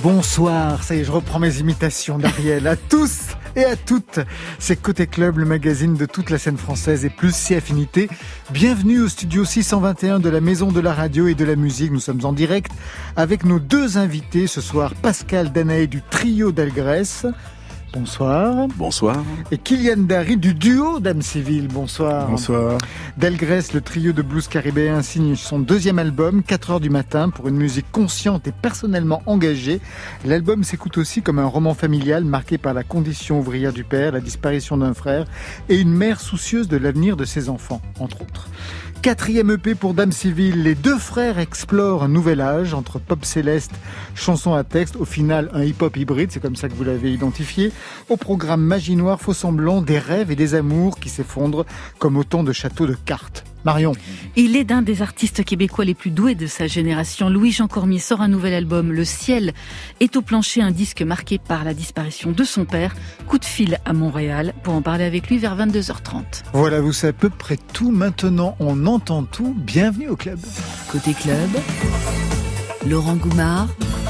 Bonsoir, ça y est, je reprends mes imitations d'Ariel. À tous et à toutes, c'est Côté Club, le magazine de toute la scène française et plus si affinité. Bienvenue au studio 621 de la Maison de la Radio et de la Musique. Nous sommes en direct avec nos deux invités ce soir, Pascal Danaé du trio d'Algrès. Bonsoir. Bonsoir. Et Kylian Dari du duo Dame Civile. Bonsoir. Bonsoir. D'Algrès, le trio de blues caribéen signe son deuxième album, 4h du matin, pour une musique consciente et personnellement engagée. L'album s'écoute aussi comme un roman familial marqué par la condition ouvrière du père, la disparition d'un frère et une mère soucieuse de l'avenir de ses enfants, entre autres. 4e EP pour Dame Civile, les deux frères explorent un nouvel âge entre pop céleste, chansons à texte, au final un hip-hop hybride, c'est comme ça que vous l'avez identifié. Au programme Magie Noire, faux semblant, des rêves et des amours qui s'effondrent comme autant de châteaux de cartes. Marion. Il est d'un des artistes québécois les plus doués de sa génération. Louis-Jean Cormier sort un nouvel album, Le Ciel est au plancher, un disque marqué par la disparition de son père. Coup de fil à Montréal pour en parler avec lui vers 22h30. Voilà, vous savez à peu près tout. Maintenant, on entend tout. Bienvenue au club. Côté Club, Laurent Goumard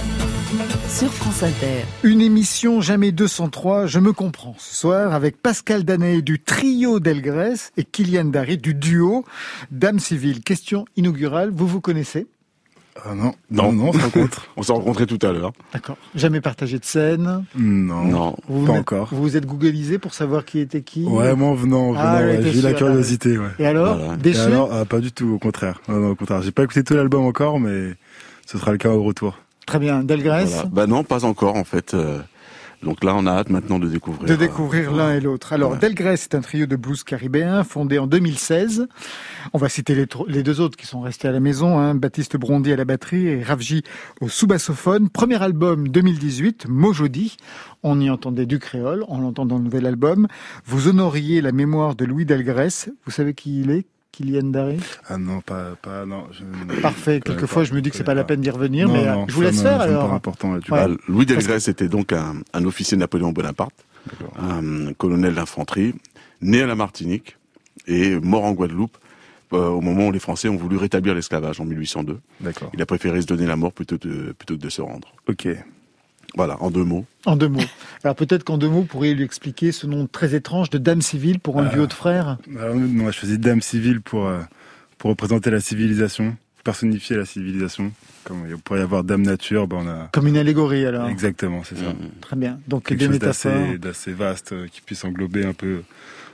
sur France Inter. Une émission jamais 203, je me comprends. Ce soir, avec Pascal Danaé du trio d'Algrès et Kylian Dari du duo Dame Civile. Question inaugurale, vous vous connaissez ? Non, on se rencontre. On s'est rencontrés tout à l'heure. D'accord. Jamais partagé de scène ? Non, pas encore. Vous vous êtes googlisé pour savoir qui était qui ? Ouais, moi en venant, j'ai eu la curiosité. Ouais. Et alors, déçu ? Et alors, pas du tout, au contraire. Non, au contraire. J'ai pas écouté tout l'album encore, mais ce sera le cas au retour. Très bien. D'Algrès ? Voilà. Non, pas encore en fait. Donc là, on a hâte maintenant de découvrir. De découvrir l'un et l'autre. Alors, d'Algrès, c'est un trio de blues caribéen fondé en 2016. On va citer les deux autres qui sont restés à la maison, Baptiste Brondy à la batterie et Ravji au sous-bassophone. Premier album 2018, Mojodi. On y entendait du créole, on l'entend dans le nouvel album. Vous honoriez la mémoire de Louis d'Algrès. Vous savez qui il est ? Kylian Dari ? Ah non, non. Parfait. Quelquefois, je me dis que c'est pas la peine d'y revenir, non, mais non, je vous laisse faire alors. C'est important. Louis d'Algrès était donc un officier de Napoléon Bonaparte, un colonel d'infanterie, né à la Martinique et mort en Guadeloupe au moment où les Français ont voulu rétablir l'esclavage en 1802. D'accord. Il a préféré se donner la mort plutôt que de se rendre. Ok. Voilà, en 2 mots. En 2 mots. Alors peut-être qu'en 2 mots, vous pourriez lui expliquer ce nom très étrange de Dame Civile pour un duo de frères. Moi, je faisais Dame Civile pour représenter la civilisation, personnifier la civilisation. Comme il pourrait y avoir Dame Nature, on a... Comme une allégorie alors. Exactement, c'est ça. Très bien. Donc quelque des chose métaphores. d'assez vaste qui puisse englober un peu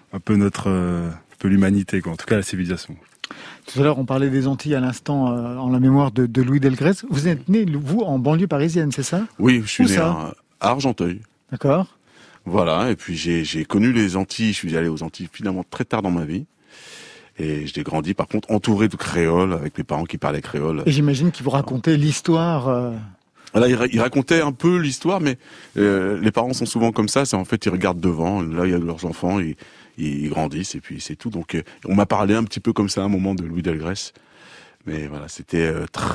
l'humanité, quoi. En tout cas la civilisation. Tout à l'heure, on parlait des Antilles à l'instant en la mémoire de Louis d'Algrès. Vous êtes né, vous, en banlieue parisienne, c'est ça ? Oui, je suis né à Argenteuil. D'accord. Voilà, et puis j'ai connu les Antilles, je suis allé aux Antilles finalement très tard dans ma vie. Et j'ai grandi par contre entouré de créoles, avec mes parents qui parlaient créole. Et j'imagine qu'ils vous racontaient l'histoire... Là, ils racontaient un peu l'histoire, mais les parents sont souvent comme ça, c'est en fait ils regardent devant, là il y a leurs enfants, ils grandissent et puis c'est tout. Donc on m'a parlé un petit peu comme ça à un moment de Louis d'Algrès, mais voilà, c'était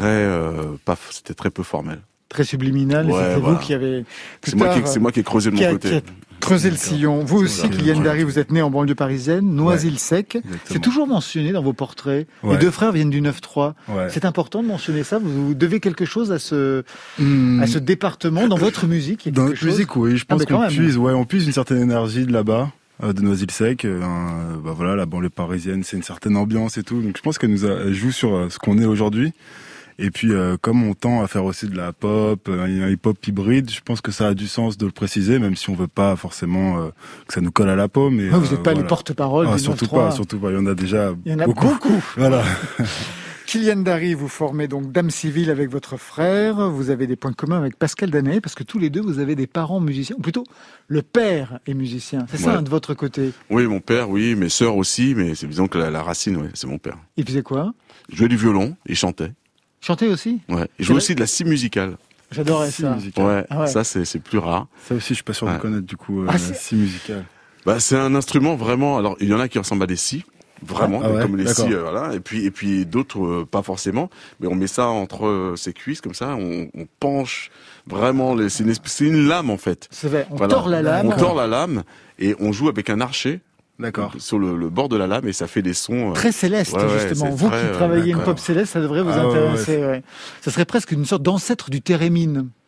très peu formel. Très subliminal, ouais, et c'était voilà. vous qui avez... C'est moi qui ai creusé de mon côté. Creusé le sillon. Vous aussi, Kylian Dari, vous êtes né en banlieue parisienne, Noisy-le-Sec. C'est toujours mentionné dans vos portraits. Ouais. Les deux frères viennent du 9-3. Ouais. C'est important de mentionner ça. Vous devez quelque chose à ce département dans votre musique. Dans notre musique, oui. Je pense qu'on puise une certaine énergie de là-bas. De Noisy-le-Sec, voilà, la banlieue parisienne, c'est une certaine ambiance et tout. Donc je pense qu'elle joue sur ce qu'on est aujourd'hui. Et puis, comme on tend à faire aussi de la pop, un hip-hop hybride, je pense que ça a du sens de le préciser, même si on veut pas forcément que ça nous colle à la peau. Mais vous n'êtes pas les porte-parole. Surtout pas. Il y en a déjà beaucoup. Il y en a beaucoup. Voilà. Kylian Dari, vous formez donc Dame Civile avec votre frère. Vous avez des points communs avec Pascal Danaé, parce que tous les deux, vous avez des parents musiciens. Ou plutôt, le père est musicien. C'est ça, de votre côté ? Oui, mon père, oui. Mes sœurs aussi, mais c'est disons que la racine, oui, c'est mon père. Il faisait quoi ? Il jouait du violon, il chantait. Chanter aussi ? Ouais. Il jouait aussi de la scie musicale. J'adorais ça. Ouais, ça c'est plus rare. Ça aussi, je suis pas sûr de connaître du coup la scie musicale. C'est un instrument vraiment. Alors, il y en a qui ressemblent à des scies. Vraiment, comme les scies, voilà. Et puis d'autres, pas forcément. Mais on met ça entre ses cuisses, comme ça, on penche vraiment, c'est une lame, en fait. C'est vrai, tord la lame. On tord la lame, et on joue avec un archet. D'accord. Sur le bord de la lame, et ça fait des sons... Très célestes, justement. Vous qui travaillez une pop céleste, ça devrait vous intéresser. Ouais. Ça serait presque une sorte d'ancêtre du thérémine.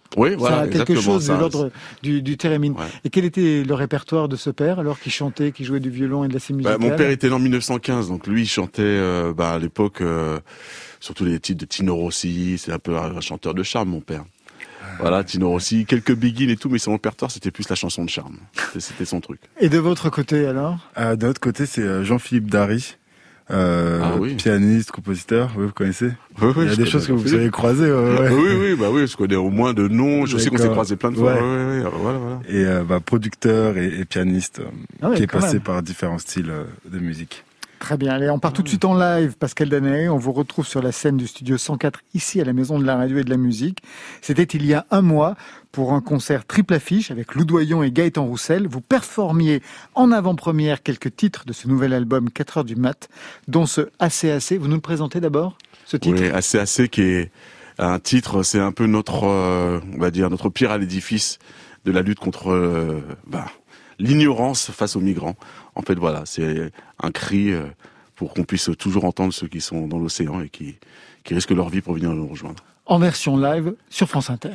Oui, voilà, ça a quelque chose de ça, l'ordre du thérémine. Ouais. Et quel était le répertoire de ce père, alors qu'il chantait, qu'il jouait du violon et de la scène musicale? Mon père était né en 1915, donc lui, il chantait à l'époque surtout les titres de Tino Rossi. C'est un peu un chanteur de charme, mon père. Voilà, Tino Rossi, quelques Big et tout, mais son répertoire, c'était plus la chanson de charme. C'était son truc. Et de votre côté, alors? De notre côté, c'est Jean-Philippe Dary. Pianiste, compositeur, vous connaissez? Oui, il y a des choses que vous avez croisées. Oui, je connais au moins de noms. Je sais qu'on s'est croisés plein de fois. Voilà. Et producteur et pianiste, qui est passé même par différents styles de musique. Très bien. Allez, on part tout de suite en live, Pascal Danay. On vous retrouve sur la scène du studio 104, ici à la Maison de la Radio et de la Musique. C'était il y a un mois pour un concert triple affiche avec Lou Doyon et Gaëtan Roussel. Vous performiez en avant-première quelques titres de ce nouvel album 4 heures du mat, dont ce ACAC. Vous nous le présentez d'abord, ce titre? Oui, ACAC qui est un titre, c'est un peu notre, on va dire, notre pierre à l'édifice de la lutte contre l'ignorance face aux migrants. En fait, voilà, c'est un cri pour qu'on puisse toujours entendre ceux qui sont dans l'océan et qui risquent leur vie pour venir nous rejoindre. En version live sur France Inter.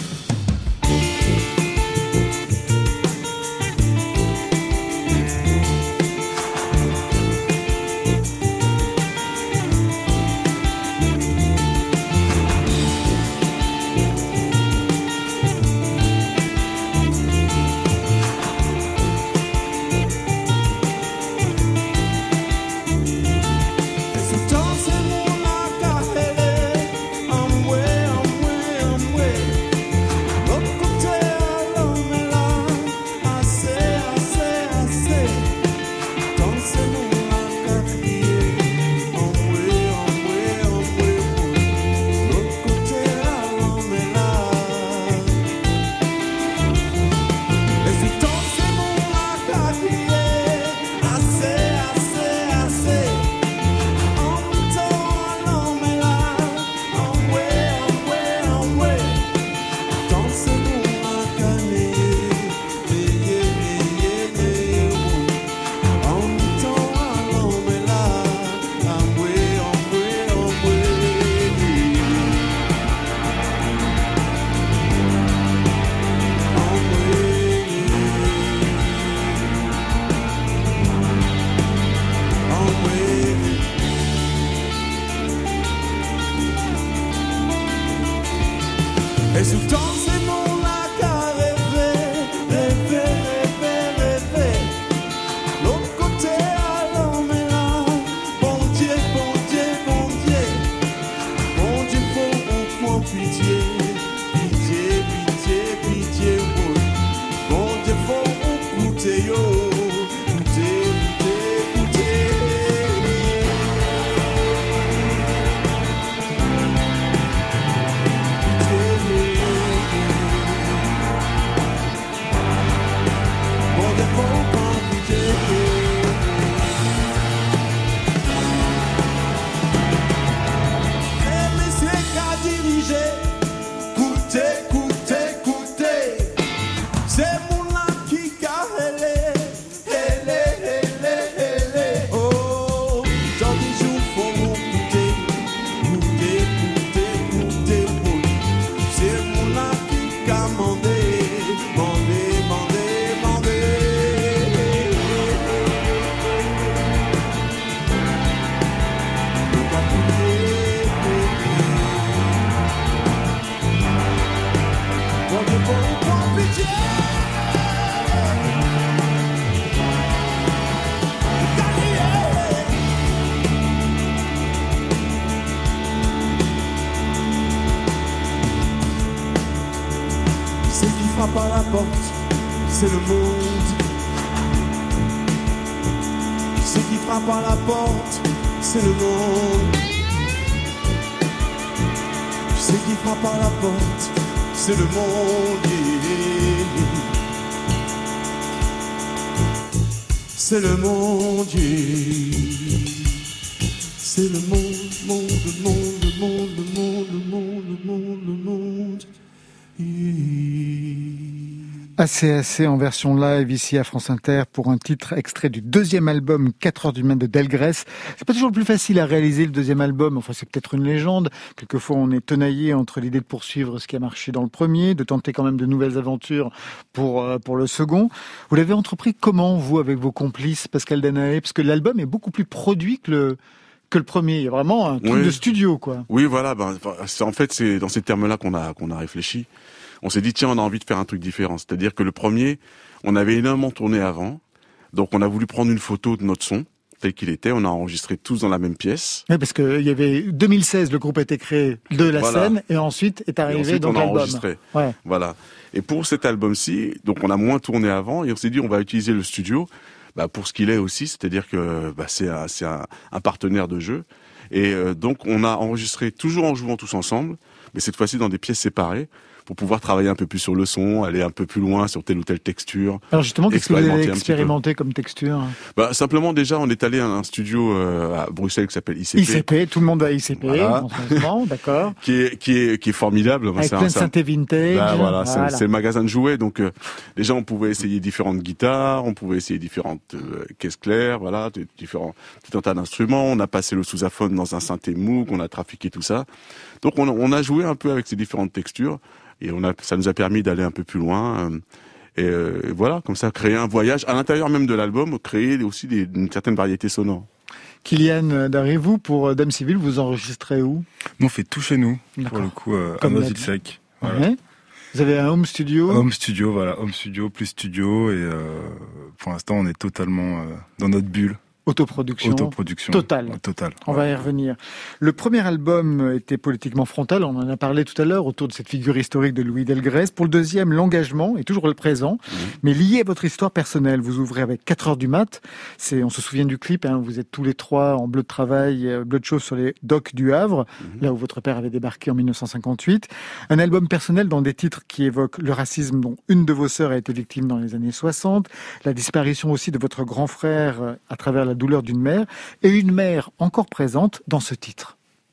C'est le monde. Ce qui frappe à la porte, c'est le monde. Ce qui frappe à la porte, c'est le monde. C'est le monde. C'est le monde, monde, monde, monde, monde, monde, monde, monde. ACAC en version live ici à France Inter pour un titre extrait du deuxième album 4 heures du matin de Delgrès. C'est pas toujours le plus facile à réaliser le deuxième album, enfin c'est peut-être une légende. Quelquefois on est tenaillé entre l'idée de poursuivre ce qui a marché dans le premier, de tenter quand même de nouvelles aventures pour le second. Vous l'avez entrepris comment, vous, avec vos complices, Pascal Danaé? Parce que l'album est beaucoup plus produit que le premier. Il y a vraiment un truc de studio, quoi. Oui, voilà. En fait, c'est dans ces termes-là qu'on a réfléchi. On s'est dit, tiens, on a envie de faire un truc différent. C'est-à-dire que le premier, on avait énormément tourné avant. Donc, on a voulu prendre une photo de notre son, tel qu'il était. On a enregistré tous dans la même pièce. Oui, parce que il y avait 2016, le groupe a été créé de la scène, et ensuite est arrivé dans l'album. Enregistré. Ouais. Voilà. Et pour cet album-ci, donc on a moins tourné avant, et on s'est dit, on va utiliser le studio, pour ce qu'il est aussi. C'est-à-dire que, c'est un partenaire de jeu. Et donc, on a enregistré toujours en jouant tous ensemble, mais cette fois-ci dans des pièces séparées, pour pouvoir travailler un peu plus sur le son, aller un peu plus loin sur telle ou telle texture. Alors justement, qu'est-ce que vous avez expérimenté comme texture? Simplement déjà, on est allé à un studio à Bruxelles qui s'appelle ICP. ICP, tout le monde va à ICP, voilà. En ce moment, d'accord. qui est formidable. Avec plein de synthé vintage. Voilà. C'est le magasin de jouets, donc déjà on pouvait essayer différentes guitares, on pouvait essayer différentes caisses claires, voilà, tout un tas d'instruments. On a passé le sousaphone dans un synthé Moog, on a trafiqué tout ça. Donc on a joué un peu avec ces différentes textures. Et ça nous a permis d'aller un peu plus loin. Et voilà, comme ça, créer un voyage à l'intérieur même de l'album, créer aussi une certaine variété sonore. Kylian Darry, vous, pour Dame Civile, vous enregistrez où? Nous, on fait tout chez nous, pour le coup, à Noisy-le-Sec. Voilà. Ouais. Vous avez un home studio? Home studio, voilà. Home studio plus studio. Et pour l'instant, on est totalement dans notre bulle. Autoproduction totale. On va y revenir. Le premier album était politiquement frontal, on en a parlé tout à l'heure, autour de cette figure historique de Louis Delgrès. Pour le deuxième, l'engagement est toujours le présent, mais lié à votre histoire personnelle. Vous ouvrez avec 4 heures du mat. On se souvient du clip, vous êtes tous les trois en bleu de travail, bleu de chauve sur les docks du Havre, là où votre père avait débarqué en 1958. Un album personnel dans des titres qui évoquent le racisme dont une de vos sœurs a été victime dans les années 60, la disparition aussi de votre grand frère à travers la douleur d'une mère, et une mère encore présente dans ce titre.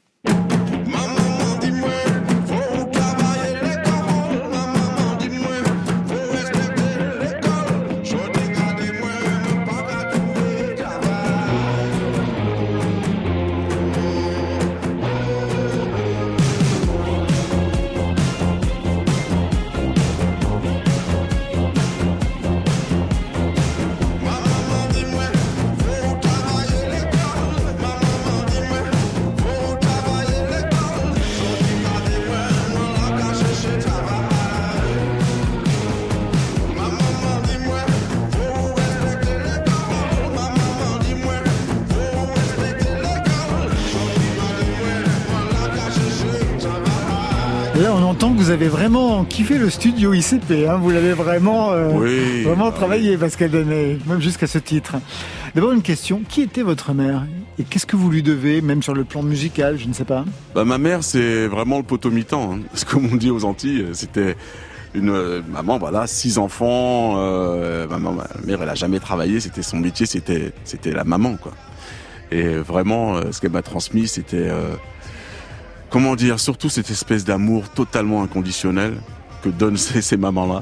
Là, on entend que vous avez vraiment kiffé le studio ICP. Vous l'avez vraiment travaillé, Pascal Danaé, même jusqu'à ce titre. D'abord, une question. Qui était votre mère? Et qu'est-ce que vous lui devez, même sur le plan musical, je ne sais pas? Ma mère, c'est vraiment le potomitan. Ce comme on dit aux Antilles, c'était une maman, 6 enfants. Ma mère, elle a jamais travaillé. C'était son métier, c'était la maman, quoi. Et vraiment, ce qu'elle m'a transmis, c'était... comment dire, surtout cette espèce d'amour totalement inconditionnel que donnent ces mamans-là.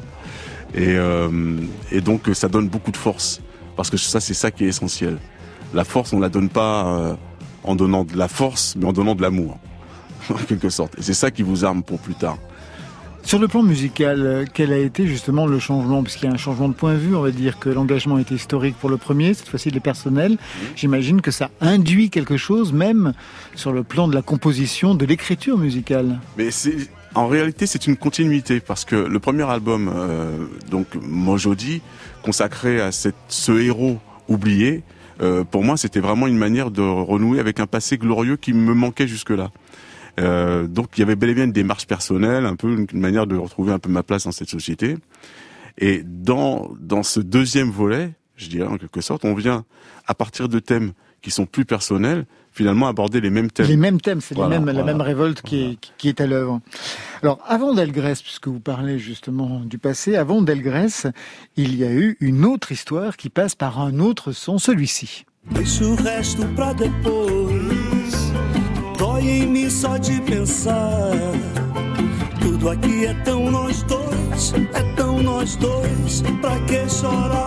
Et donc, ça donne beaucoup de force. Parce que c'est ça qui est essentiel. La force, on la donne pas en donnant de la force, mais en donnant de l'amour, en quelque sorte. Et c'est ça qui vous arme pour plus tard. Sur le plan musical, quel a été justement le changement? Parce qu'il y a un changement de point de vue, on va dire que l'engagement était historique pour le premier, cette fois-ci il est personnel. J'imagine que ça induit quelque chose, même sur le plan de la composition, de l'écriture musicale. Mais en réalité, c'est une continuité, parce que le premier album, donc Mojodi, consacré à ce héros oublié, pour moi, c'était vraiment une manière de renouer avec un passé glorieux qui me manquait jusque-là. Donc il y avait bel et bien une démarche personnelle, un peu une manière de retrouver un peu ma place dans cette société. Et dans ce deuxième volet, je dirais en quelque sorte, on vient à partir de thèmes qui sont plus personnels, finalement aborder les mêmes thèmes. Les mêmes thèmes, c'est la même révolte qui est à l'œuvre. Alors avant Delgrès, puisque vous parlez justement du passé, avant Delgrès, il y a eu une autre histoire qui passe par un autre son, celui-ci. Deixa o resto pra depois. Dói em mim só de pensar. Tudo aqui é tão nós dois, pra que chorar,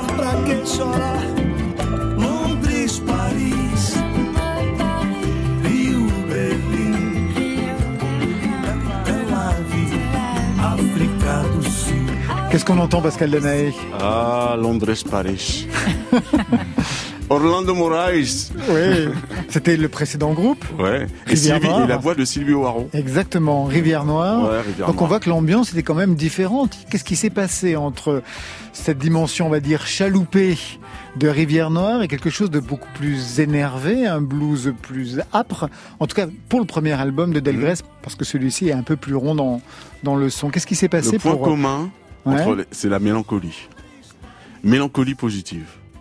Londres, Paris, Rio, Berlim, Tel Aviv, África do Sul. Qu'est-ce qu'on entend, Pascal Danaé? Ah, Londres, Paris. Orlando Moraes. Oui, c'était le précédent groupe. Ouais. Et la voix de Sylvio Haro. Exactement, Rivière Noire. Ouais, Rivière Donc Noire. on voit que l'ambiance était quand même différente. Qu'est-ce qui s'est passé entre cette dimension, on va dire, chaloupée de Rivière Noire et quelque chose de beaucoup plus énervé, un blues plus âpre, en tout cas pour le premier album de Delgrès, parce que celui-ci est un peu plus rond dans le son. Qu'est-ce qui s'est passé? Le point commun, c'est la mélancolie. Mélancolie positive.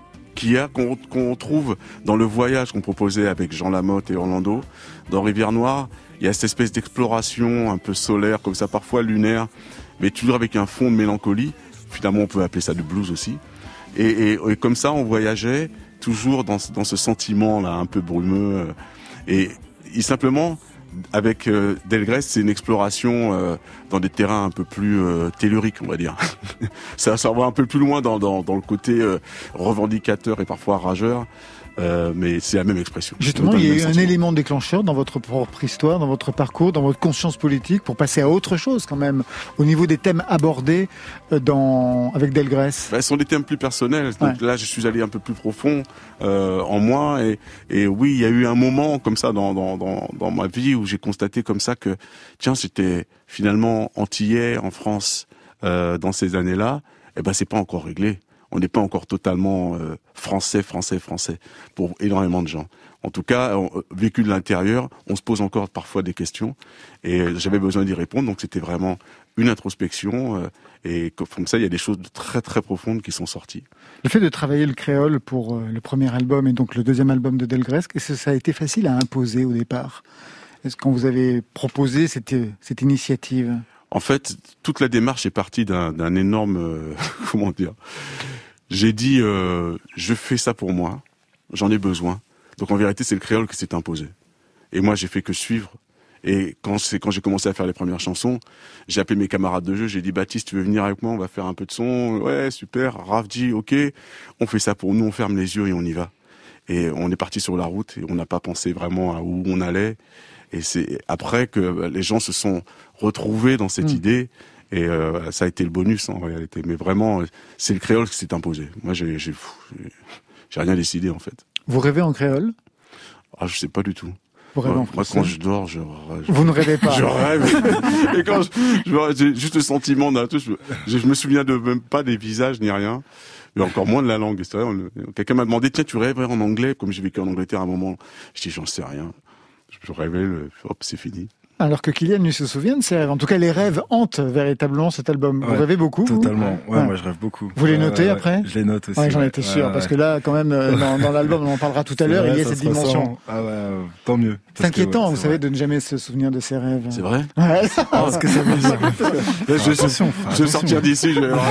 Qu'on trouve dans le voyage qu'on proposait avec Jean Lamotte et Orlando. Dans Rivière Noire, il y a cette espèce d'exploration un peu solaire, comme ça, parfois lunaire, mais toujours avec un fond de mélancolie. Finalement, on peut appeler ça du blues aussi. Et comme ça, on voyageait toujours dans ce sentiment-là, un peu brumeux. Et simplement, avec Delgrès, c'est une exploration dans des terrains un peu plus telluriques, on va dire. ça va un peu plus loin dans le côté revendicateur et parfois rageur. Mais c'est la même expression. Justement, il y a eu un élément déclencheur dans votre propre histoire, dans votre parcours, dans votre conscience politique, pour passer à autre chose quand même, au niveau des thèmes abordés avec Delgrès. Ce sont des thèmes plus personnels. Donc là, je suis allé un peu plus profond en moi. Et oui, il y a eu un moment comme ça dans ma vie où j'ai constaté comme ça que, tiens, c'était finalement antillais en France dans ces années-là. C'est pas encore réglé. On n'est pas encore totalement français pour énormément de gens. En tout cas, vécu de l'intérieur, on se pose encore parfois des questions et j'avais besoin d'y répondre. Donc c'était vraiment une introspection et comme ça, il y a des choses très très profondes qui sont sorties. Le fait de travailler le créole pour le premier album et donc le deuxième album de Delgrès, est-ce que ça a été facile à imposer au départ? Est-ce qu'on vous avait proposé cette initiative? En fait, toute la démarche est partie d'un énorme... comment dire? J'ai dit, je fais ça pour moi, j'en ai besoin. Donc en vérité, c'est le créole qui s'est imposé. Et moi, j'ai fait que suivre. Et quand j'ai commencé à faire les premières chansons, j'ai appelé mes camarades de jeu, j'ai dit, Baptiste, tu veux venir avec moi, on va faire un peu de son. Ouais, super. Raph dit, ok, on fait ça pour nous, on ferme les yeux et on y va. Et on est parti sur la route et on n'a pas pensé vraiment à où on allait. Et c'est après que les gens se sont retrouvés dans cette idée. Et ça a été le bonus en réalité. Mais vraiment, c'est le créole qui s'est imposé. Moi, j'ai rien décidé en fait. Vous rêvez en créole? Ah, je sais pas du tout. Vous rêvez en français? Moi, quand je dors, Vous ne rêvez pas? Je rêve. Et quand j'ai juste le sentiment d'un truc, je me souviens même pas des visages ni rien. Mais encore moins de la langue. C'est vrai, quelqu'un m'a demandé, tiens, tu rêverais en anglais? Comme j'ai vécu en Angleterre à un moment. Je dis, j'en sais rien. Je rêvais, hop, c'est fini. Alors que Kylian, lui, se souvient de ses rêves. En tout cas, les rêves hantent véritablement cet album. Vous rêvez beaucoup? Totalement. Moi, je rêve beaucoup. Vous les notez après? Je les note aussi. J'en étais sûr. Parce que là, quand même, dans l'album, on en parlera tout à l'heure, il y a cette dimension. Tant mieux. C'est inquiétant, vous savez, de ne jamais se souvenir de ses rêves. C'est vrai? Ouais. Parce que ça veut dire. Je vais sortir d'ici.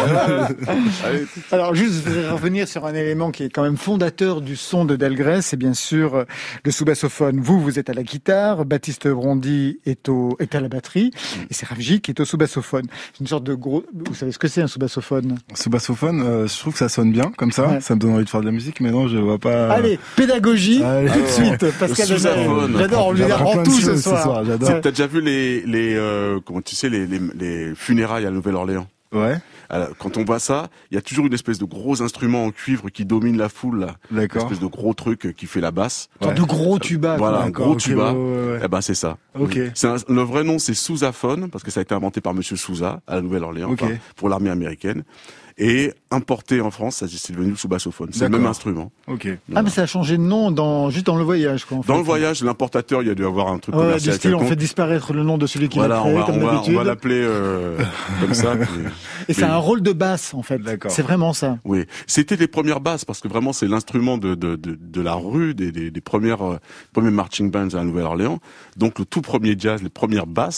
Alors, juste, je voudrais revenir sur un élément qui est quand même fondateur du son de Delgrès, c'est bien sûr le sous-bassophone. Vous êtes à la guitare, Baptiste Brondy est à la batterie, et c'est Ravji qui est au sous-bassophone. C'est une sorte de gros... Vous savez ce que c'est un sous-bassophone? Sous-bassophone, je trouve que ça sonne bien, comme ça. Ça me donne envie de faire de la musique, mais non, je vois pas... Allez, pédagogie, tout de suite, Pascal Danaé. J'adore, on lui apprend tout ce soir. T'as déjà vu comment tu sais, les funérailles à Nouvelle-Orléans? Ouais. Alors, quand on voit ça, il y a toujours une espèce de gros instrument en cuivre qui domine la foule, là. D'accord. Une espèce de gros truc qui fait la basse. Une sorte de gros tuba. Voilà, un gros tuba. Ouais. Eh ben, c'est ça. Ok. Le vrai nom, c'est sousaphone, parce que ça a été inventé par Monsieur Sousa, à la Nouvelle-Orléans, pour l'armée américaine. Et importé en France, c'est devenu le sous-bassophone. C'est le même instrument. Ok. Ah, mais ça a changé de nom juste dans le voyage, quoi. Dans le voyage, l'importateur, il y a dû avoir un truc commercial. Du style, on fait disparaître le nom de celui qui l'a créé, comme d'habitude. On va l'appeler comme ça. Et c'est un rôle de basse, en fait. D'accord. C'est vraiment ça. Oui. C'était les premières basses, parce que vraiment, c'est l'instrument de la rue, des premiers marching bands à la Nouvelle-Orléans. Donc, le tout premier jazz, les premières basses,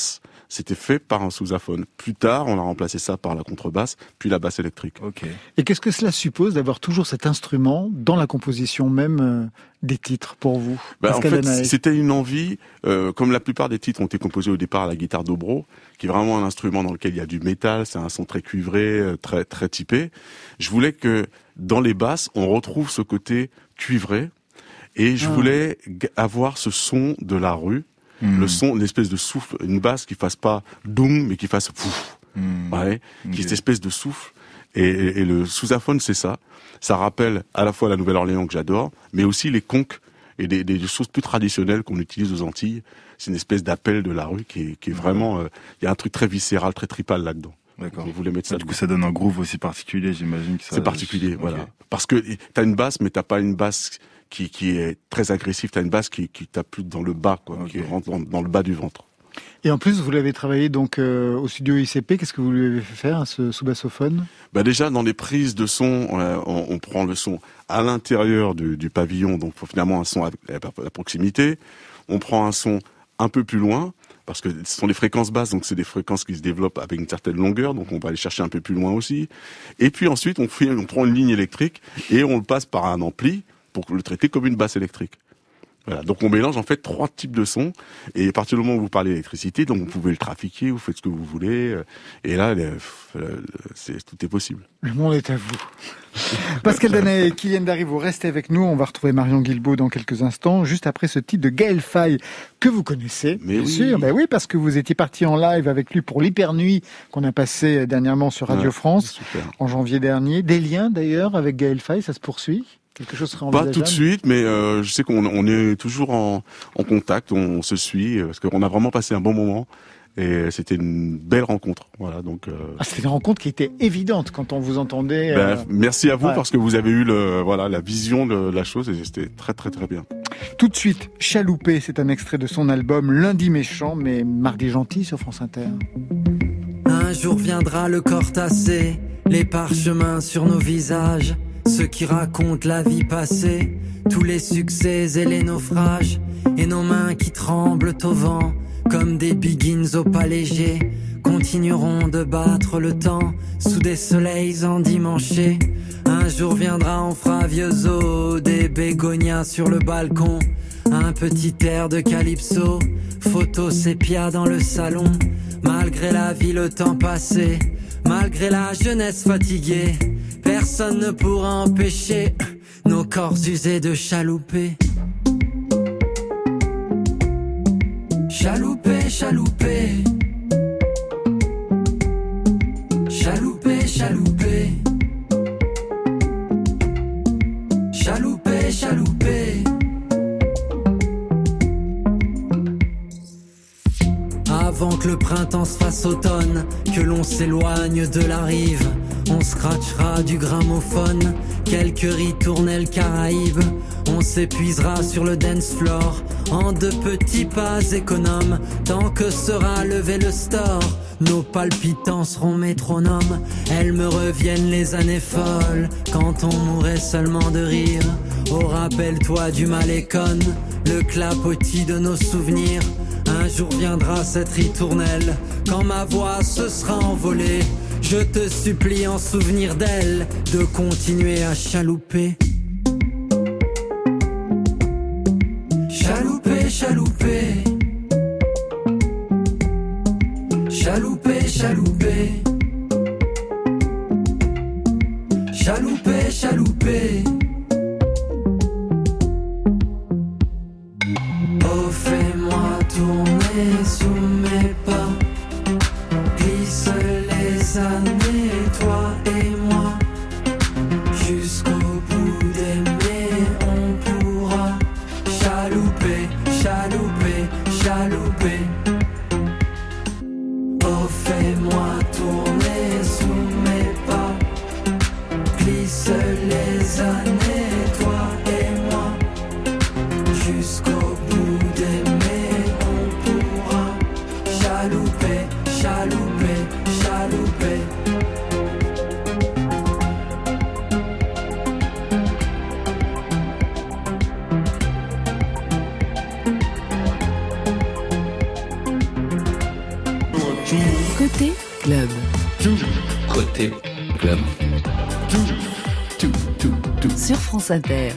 c'était fait par un sousaphone. Plus tard, on a remplacé ça par la contrebasse, puis la basse électrique. Okay. Et qu'est-ce que cela suppose d'avoir toujours cet instrument dans la composition même des titres pour vous? En fait, c'était une envie, comme la plupart des titres ont été composés au départ à la guitare dobro, qui est vraiment un instrument dans lequel il y a du métal, c'est un son très cuivré, très très typé. Je voulais que dans les basses, on retrouve ce côté cuivré, et je voulais avoir ce son de la rue, le son, une espèce de souffle, une basse qui fasse pas doum, mais qui fasse pouf, qui est cette espèce de souffle. Et le sousaphone, c'est ça. Ça rappelle à la fois la Nouvelle-Orléans que j'adore, mais aussi les conques et des choses plus traditionnelles qu'on utilise aux Antilles. C'est une espèce d'appel de la rue qui est vraiment. Il y a un truc très viscéral, très tripal là-dedans. D'accord. On voulait mettre ça. Du coup, ça donne un groove aussi particulier, j'imagine. C'est particulier, voilà. Parce que t'as une basse, mais t'as pas une basse qui est très agressive. T'as une basse qui tape plus dans le bas, quoi, qui rentre dans le bas du ventre. Et en plus, vous l'avez travaillé donc au studio ICP. Qu'est-ce que vous lui avez fait faire, ce sous-bassophone? Déjà, dans les prises de son, on prend le son à l'intérieur du pavillon, donc finalement un son à proximité. On prend un son un peu plus loin, parce que ce sont des fréquences basses, donc c'est des fréquences qui se développent avec une certaine longueur, donc on va aller chercher un peu plus loin aussi. Et puis ensuite, on prend une ligne électrique et on le passe par un ampli pour le traiter comme une basse électrique. Voilà, donc on mélange en fait 3 types de sons, et à partir du moment où vous parlez d'électricité, donc vous pouvez le trafiquer, vous faites ce que vous voulez, et là, tout est possible. Le monde est à vous. Pascal Danet et Kylian Dari, vous restez avec nous, on va retrouver Marion Guilbault dans quelques instants, juste après ce titre de Gaël Faye, que vous connaissez, mais bien sûr. Ben oui, parce que vous étiez parti en live avec lui pour l'Hypernuit, qu'on a passé dernièrement sur Radio France, en janvier dernier. Des liens d'ailleurs avec Gaël Faye, ça se poursuit? Quelque chose serait envisageable? Pas tout de suite, mais je sais qu'on est toujours en contact, on se suit, parce qu'on a vraiment passé un bon moment, et c'était une belle rencontre. Voilà, donc. C'était une rencontre qui était évidente quand on vous entendait. Merci à vous, parce que vous avez eu la vision de la chose, et c'était très très très bien. Tout de suite, Chaloupé, c'est un extrait de son album Lundi méchant, mais mardi gentil sur France Inter. Un jour viendra le corps tassé, les parchemins sur nos visages. Ceux qui racontent la vie passée, tous les succès et les naufrages, et nos mains qui tremblent au vent, comme des biggins au pas léger, continueront de battre le temps, sous des soleils endimanchés. Un jour viendra, on fera vieux os, des bégonias sur le balcon, un petit air de calypso, photo sépia dans le salon. Malgré la vie, le temps passé, malgré la jeunesse fatiguée, personne ne pourra empêcher nos corps usés de chalouper. Chalouper, chalouper. Chalouper, chalouper. Chalouper, chalouper. Avant que le printemps se fasse automne, que l'on s'éloigne de la rive, on scratchera du gramophone, quelques ritournelles caraïbes. On s'épuisera sur le dance floor, en de petits pas économes, tant que sera levé le store. Nos palpitants seront métronomes, elles me reviennent les années folles, quand on mourait seulement de rire. Oh, rappelle-toi du Malécon, le clapotis de nos souvenirs. Un jour viendra cette ritournelle, quand ma voix se sera envolée. Je te supplie en souvenir d'elle, de continuer à chalouper. Chalouper, chalouper. Chalouper, chalouper. Chalouper, chalouper. Oh, fais-moi tourner sous mes pas. Glisse les années, toi et moi. Jusqu'au bout d'aimer, on pourra chalouper, chalouper, chalouper. Oh, fais-moi tourner sous mes pas. Glisse les années, toi et moi. Jusqu'au bout d'aimer, on pourra chalouper, chalouper, chalouper. France Inter.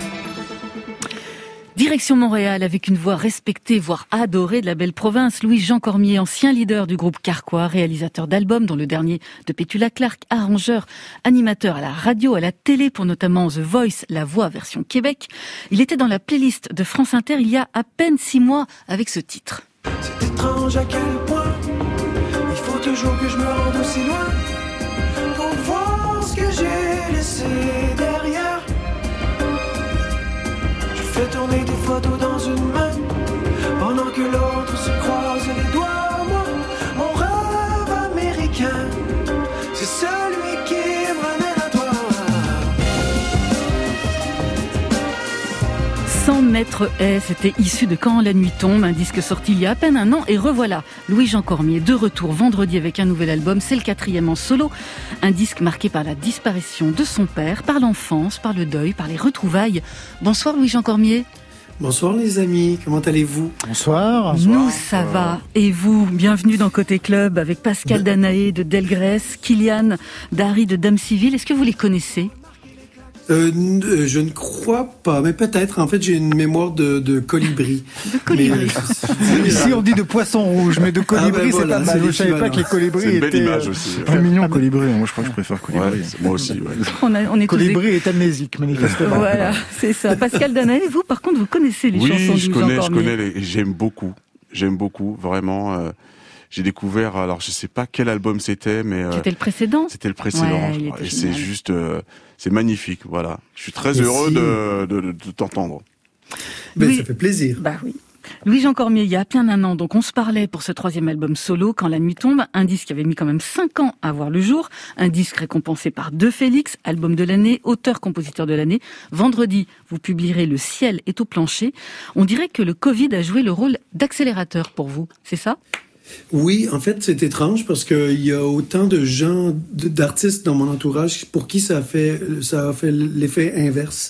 Direction Montréal avec une voix respectée, voire adorée de la belle province. Louis-Jean Cormier, ancien leader du groupe Carquois, réalisateur d'albums, dont le dernier de Petula Clark, arrangeur, animateur à la radio, à la télé pour notamment The Voice, La Voix version Québec. Il était dans la playlist de France Inter il y a à peine 6 mois avec ce titre. C'est étrange à quel point il faut toujours que je me rende aussi loin pour voir ce que j'ai laissé derrière. Je fais tourner des photos dans une main pendant que l'autre se croise les doigts. Moi, mon rêve américain, c'est celui qui me ramène à toi. 100 mètres haies, c'était issu de Quand la nuit tombe, un disque sorti il y a à peine un an, et revoilà Louis-Jean Cormier de retour vendredi avec un nouvel album, c'est le 4e en solo, un disque marqué par la disparition de son père, par l'enfance, par le deuil, par les retrouvailles. Bonsoir Louis-Jean Cormier. Bonsoir les amis, comment allez-vous? Bonsoir. Nous ça va, et vous? Bienvenue dans Côté Club avec Pascal Danaé de Delgrès, Kylian Dari de Dame Civile, est-ce que vous les connaissez? Je ne crois pas, mais peut-être. En fait, j'ai une mémoire de colibri. De colibri. Ici, on dit de poisson rouge, mais de colibri, c'est pas mal. Je ne savais pas que les colibris étaient... C'est une belle image aussi. Un mignon colibri, moi je crois que je préfère colibri. Ouais, moi aussi, ouais. On est colibri est amnésique, manifestement. Voilà, c'est ça. Pascal Danaé, vous, par contre, vous connaissez les chansons de Louis-Jean Cormier? Je connais, j'aime beaucoup, vraiment. J'ai découvert, alors je sais pas quel album c'était, mais c'était le précédent. C'était le précédent. Ouais, et c'est juste, c'est magnifique, voilà. Je suis très heureux de t'entendre. Ben, ça fait plaisir. Bah oui. Louis-Jean Cormier, il y a à peine un an, donc on se parlait pour ce 3e album solo, Quand la nuit tombe, un disque qui avait mis quand même 5 ans à voir le jour, un disque récompensé par 2 Félix, album de l'année, auteur-compositeur de l'année. Vendredi, vous publierez Le ciel est au plancher. On dirait que le Covid a joué le rôle d'accélérateur pour vous, c'est ça ? Oui, en fait, c'est étrange parce qu'il y a autant de gens, d'artistes dans mon entourage pour qui ça a fait l'effet inverse.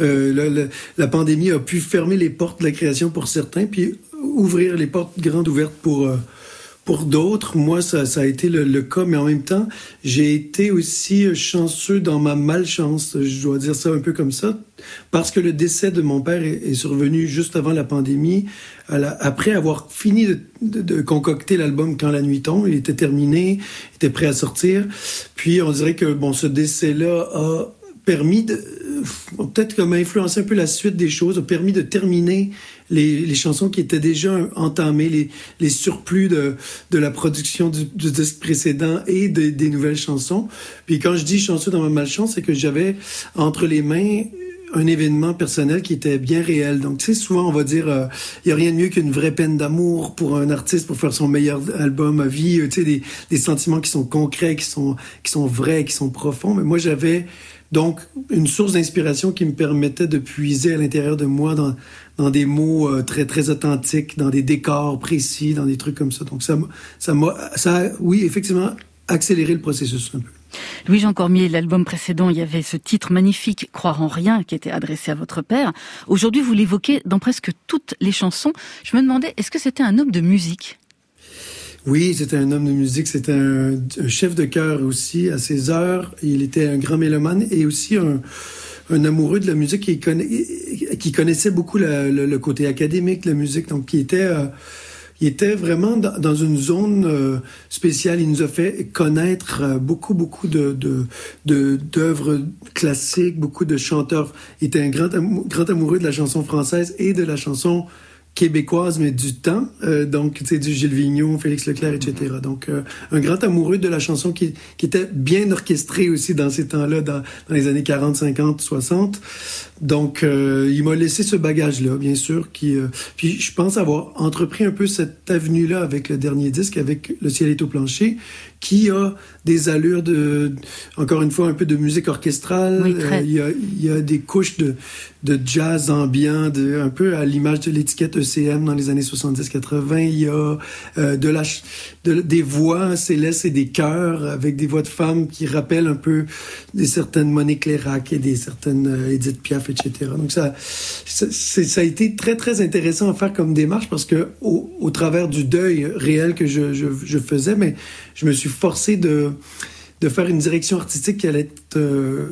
La pandémie a pu fermer les portes de la création pour certains, puis ouvrir les portes grandes ouvertes pour d'autres. Moi, ça a été le cas, mais en même temps, j'ai été aussi chanceux dans ma malchance, je dois dire ça un peu comme ça, parce que le décès de mon père est survenu juste avant la pandémie, après avoir fini de concocter l'album Quand la nuit tombe. Il était terminé, il était prêt à sortir. Puis on dirait que ce décès-là a permis peut-être comme influencé un peu la suite des choses, a permis de terminer les chansons qui étaient déjà entamées, les surplus de la production du disque précédent et des nouvelles chansons. Puis quand je dis chanceux dans ma malchance, c'est que j'avais entre les mains un événement personnel qui était bien réel. Donc, tu sais, souvent, on va dire, il y a rien de mieux qu'une vraie peine d'amour pour un artiste pour faire son meilleur album à vie. Tu sais, des sentiments qui sont concrets, qui sont vrais, qui sont profonds. Mais moi, j'avais donc une source d'inspiration qui me permettait de puiser à l'intérieur de moi dans des mots très, très authentiques, dans des décors précis, dans des trucs comme ça. Donc, ça a, oui, effectivement, accéléré le processus un peu. Louis-Jean Cormier, l'album précédent, il y avait ce titre magnifique, Croire en rien, qui était adressé à votre père. Aujourd'hui, vous l'évoquez dans presque toutes les chansons. Je me demandais, est-ce que c'était un homme de musique ? Oui, c'était un homme de musique, c'était un chef de chœur aussi, à ses heures. Il était un grand mélomane et aussi un amoureux de la musique qui connaissait beaucoup le côté académique de la musique, donc qui était... Il était vraiment dans une zone spéciale. Il nous a fait connaître beaucoup d'œuvres classiques, beaucoup de chanteurs. Il était un grand amoureux de la chanson française et de la chanson québécoise, mais du temps. Donc, tu sais, du Gilles Vigneault, Félix Leclerc, etc. Donc, un grand amoureux de la chanson qui était bien orchestrée aussi dans ces temps-là, dans les années 40, 50, 60. Donc, il m'a laissé ce bagage-là, bien sûr, puis je pense avoir entrepris un peu cette avenue-là avec le dernier disque, avec Le ciel est au plancher, qui a des allures encore une fois, un peu de musique orchestrale. Oui, il y a des couches de jazz ambiant, un peu à l'image de l'étiquette ECM dans les années 70-80. Il y a des voix célestes et des chœurs avec des voix de femmes qui rappellent un peu des certaines Monique Clérac et des certaines Edith Piaf, etc. Donc ça a été très, très intéressant à faire comme démarche parce que au travers du deuil réel que je faisais, mais je me suis forcé de faire une direction artistique qui allait être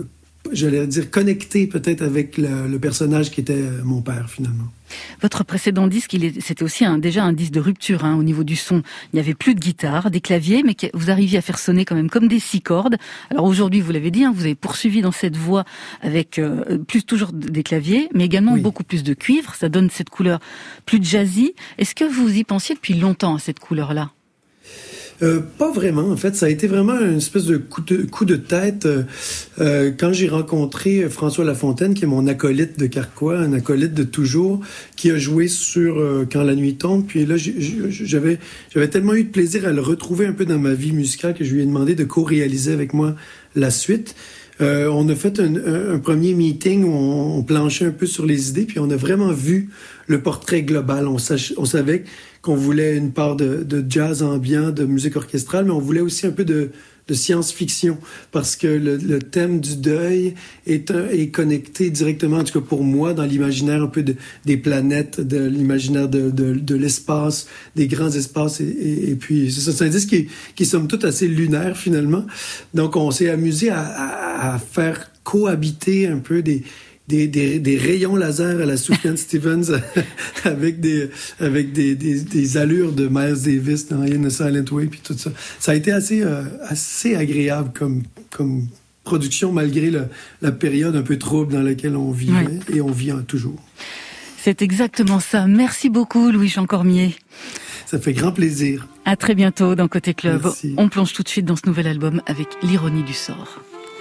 j'allais dire, connecté peut-être avec le personnage qui était mon père, finalement. Votre précédent disque, c'était aussi déjà un disque de rupture au niveau du son. Il n'y avait plus de guitare, des claviers, mais vous arriviez à faire sonner quand même comme des 6 cordes. Alors aujourd'hui, vous l'avez dit, vous avez poursuivi dans cette voie avec toujours des claviers, mais également beaucoup plus de cuivre. Ça donne cette couleur plus jazzy. Est-ce que vous y pensiez depuis longtemps à cette couleur-là ? Pas vraiment, en fait. Ça a été vraiment une espèce de coup de tête quand j'ai rencontré François Lafontaine, qui est mon acolyte de Carquois, un acolyte de toujours, qui a joué sur Quand la nuit tombe. Puis là, j'avais tellement eu de plaisir à le retrouver un peu dans ma vie musicale que je lui ai demandé de co-réaliser avec moi la suite. On a fait un premier meeting où on planchait un peu sur les idées, puis on a vraiment vu le portrait global. On savait qu'on voulait une part de jazz ambiant, de musique orchestrale, mais on voulait aussi un peu de science-fiction, parce que le thème du deuil est connecté directement, en tout cas pour moi, dans l'imaginaire un peu des planètes, de l'imaginaire de l'espace, des grands espaces, et puis c'est un disque qui est somme toute assez lunaire finalement. Donc on s'est amusé à faire cohabiter un peu des rayons laser à la Sufjan Stevens avec des allures de Miles Davis dans In a Silent Way, puis tout ça. Ça a été assez agréable comme production, malgré la période un peu trouble dans laquelle on vivait, et on vit toujours. C'est exactement ça. Merci beaucoup, Louis-Jean Cormier. Ça fait grand plaisir. À très bientôt dans Côté Club. Merci. On plonge tout de suite dans ce nouvel album avec L'ironie du sort.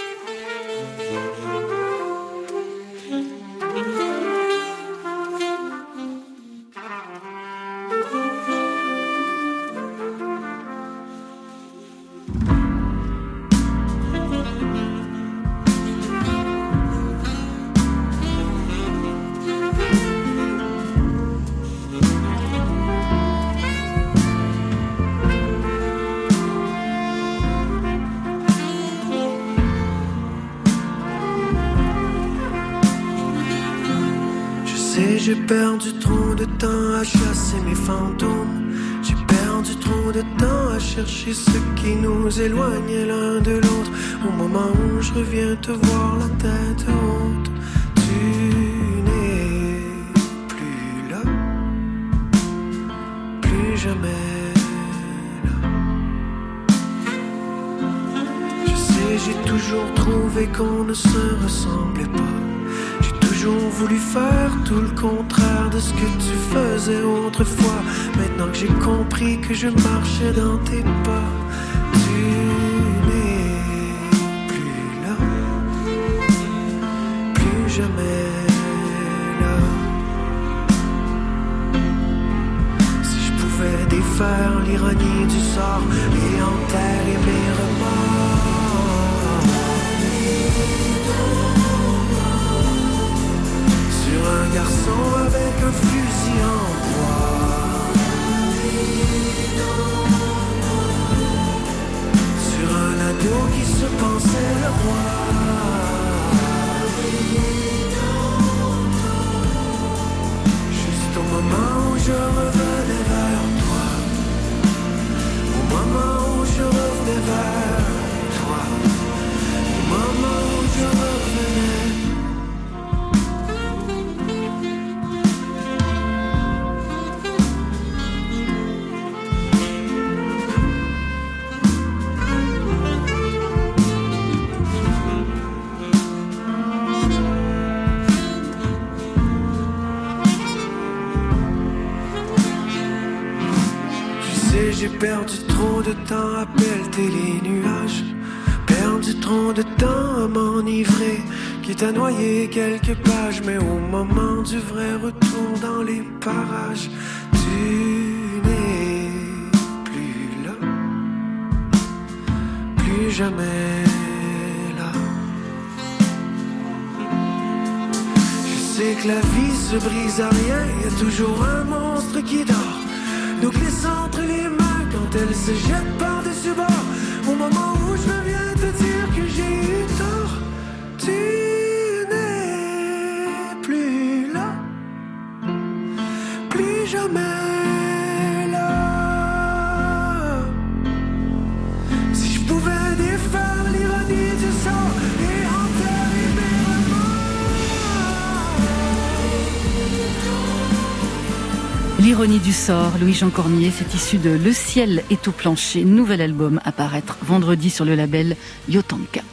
J'ai perdu trop de temps à chasser mes fantômes. J'ai perdu trop de temps à chercher ce qui nous éloignait l'un de l'autre. Au moment où je reviens te voir la tête haute, tu n'es plus là, plus jamais là. Je sais, j'ai toujours trouvé qu'on ne se ressemblait pas. J'ai toujours voulu faire tout le contraire de ce que tu faisais autrefois. Maintenant que j'ai compris que je marchais dans tes pas, tu n'es plus là, plus jamais là. Si je pouvais défaire l'ironie du sort et enterrer mes remords, un garçon avec un fusil en bois, sur un ado qui se pensait le roi. Juste au moment où je revenais vers toi, au moment où je revenais vers toi, au moment où je revenais. J'ai perdu trop de temps à pelleter les nuages, perdu trop de temps à m'enivrer, quitte à noyer quelques pages, mais au moment du vrai retour dans les parages, tu n'es plus là, plus jamais là. Je sais que la vie se brise à rien, y a toujours un monstre qui dort, nous glisse entre les mains quand elle se jette par-dessus bord. Au moment où je viens te dire que j'ai eu tort, tu n'es plus là, plus jamais là. Si je pouvais défaire l'ironie du sort et enterrer L'ironie du sort, Louis-Jean Cormier, c'est issu de Le ciel est au plancher, nouvel album à paraître vendredi sur le label Yotanka.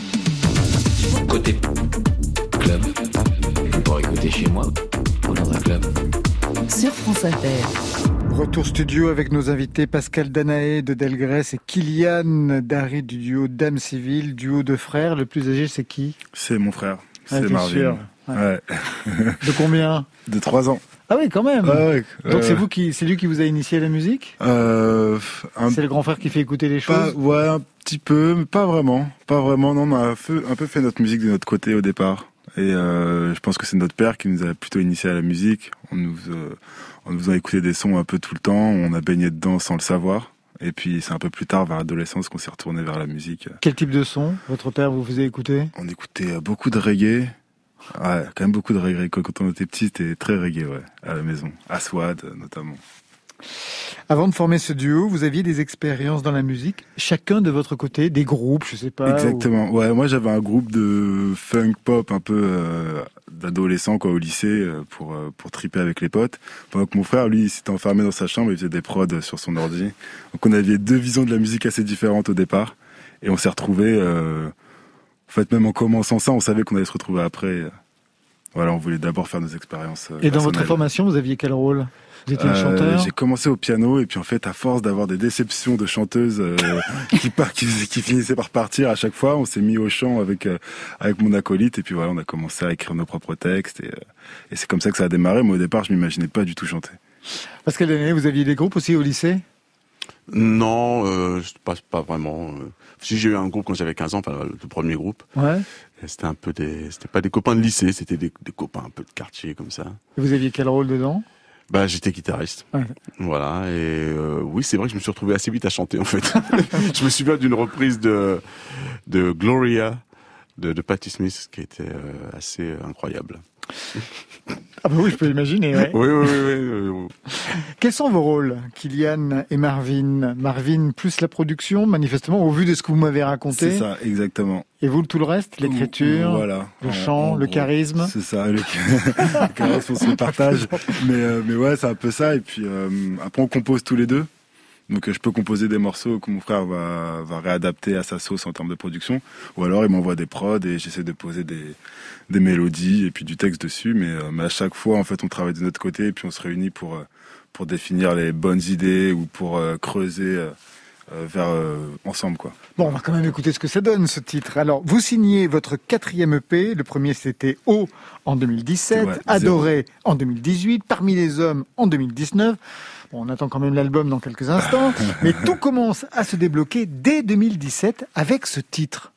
Côté club, pour écouter chez moi ou dans un club. Sur France Inter. Retour studio avec nos invités Pascal Danaé de Delgrès et Kylian Dari du duo Dame Civile, duo de frères. Le plus âgé, c'est qui ? C'est mon frère, c'est t'es Marvin. sûr ? Ouais. De combien ? De 3 ans. Ah oui, quand même. Ouais, Donc c'est lui qui vous a initié à la musique ? C'est le grand frère qui fait écouter les choses ? Ouais, un petit peu, mais pas vraiment. Non, on a un peu fait notre musique de notre côté au départ. Et je pense que c'est notre père qui nous a plutôt initié à la musique. En nous faisant écouter des sons un peu tout le temps, on a baigné dedans sans le savoir. Et puis c'est un peu plus tard, vers l'adolescence, qu'on s'est retourné vers la musique. Quel type de son votre père vous faisait écouter ? On écoutait beaucoup de reggae. Ouais, quand même beaucoup de reggae. Quand on était petit, c'était très reggae, ouais, à la maison. Aswad, notamment. Avant de former ce duo, vous aviez des expériences dans la musique, chacun de votre côté, des groupes, je sais pas. Exactement. Ouais, moi j'avais un groupe de funk pop un peu d'adolescents au lycée pour triper avec les potes. Pendant que mon frère, lui, il s'était enfermé dans sa chambre, il faisait des prods sur son ordi. Donc on avait deux visions de la musique assez différentes au départ, et on s'est retrouvés. En fait, même en commençant ça, on savait qu'on allait se retrouver après. Voilà, on voulait d'abord faire nos expériences. Et dans votre formation, vous aviez quel rôle ? Vous étiez chanteur ? J'ai commencé au piano, et puis en fait, à force d'avoir des déceptions de chanteuses qui finissaient par partir à chaque fois, on s'est mis au chant avec mon acolyte, et puis voilà, on a commencé à écrire nos propres textes, et c'est comme ça que ça a démarré. Moi, au départ, je m'imaginais pas du tout chanter. Pascal Danaé, vous aviez des groupes aussi au lycée ? Non, pas vraiment. Si j'ai eu un groupe quand j'avais 15 ans, le premier groupe. Ouais. C'était pas des copains de lycée, c'était des copains un peu de quartier comme ça. Et vous aviez quel rôle dedans ? J'étais guitariste. Ouais. Voilà, et oui, c'est vrai que je me suis retrouvé assez vite à chanter en fait. Je me souviens d'une reprise de Gloria de Patti Smith qui était assez incroyable. Ah bah oui, je peux imaginer. Ouais. Oui. Quels sont vos rôles, Kylian et Marvin ? Marvin plus la production, manifestement, au vu de ce que vous m'avez raconté. C'est ça, exactement. Et vous, tout le reste, l'écriture, voilà. le chant, le charisme. C'est ça, le charisme, on se partage. Mais ouais, c'est un peu ça. Et puis après, on compose tous les deux. Donc je peux composer des morceaux que mon frère va réadapter à sa sauce en termes de production, ou alors il m'envoie des prods et j'essaie de poser des mélodies et puis du texte dessus, mais à chaque fois en fait on travaille de notre côté et puis on se réunit pour définir les bonnes idées ou pour creuser ensemble quoi. Bon, on va quand même écouter ce que ça donne ce titre. Alors vous signez votre 4e EP, le premier c'était O en 2017, ouais, Adoré en 2018, Parmi les hommes en 2019. Bon, on attend quand même l'album dans quelques instants, mais tout commence à se débloquer dès 2017 avec ce titre.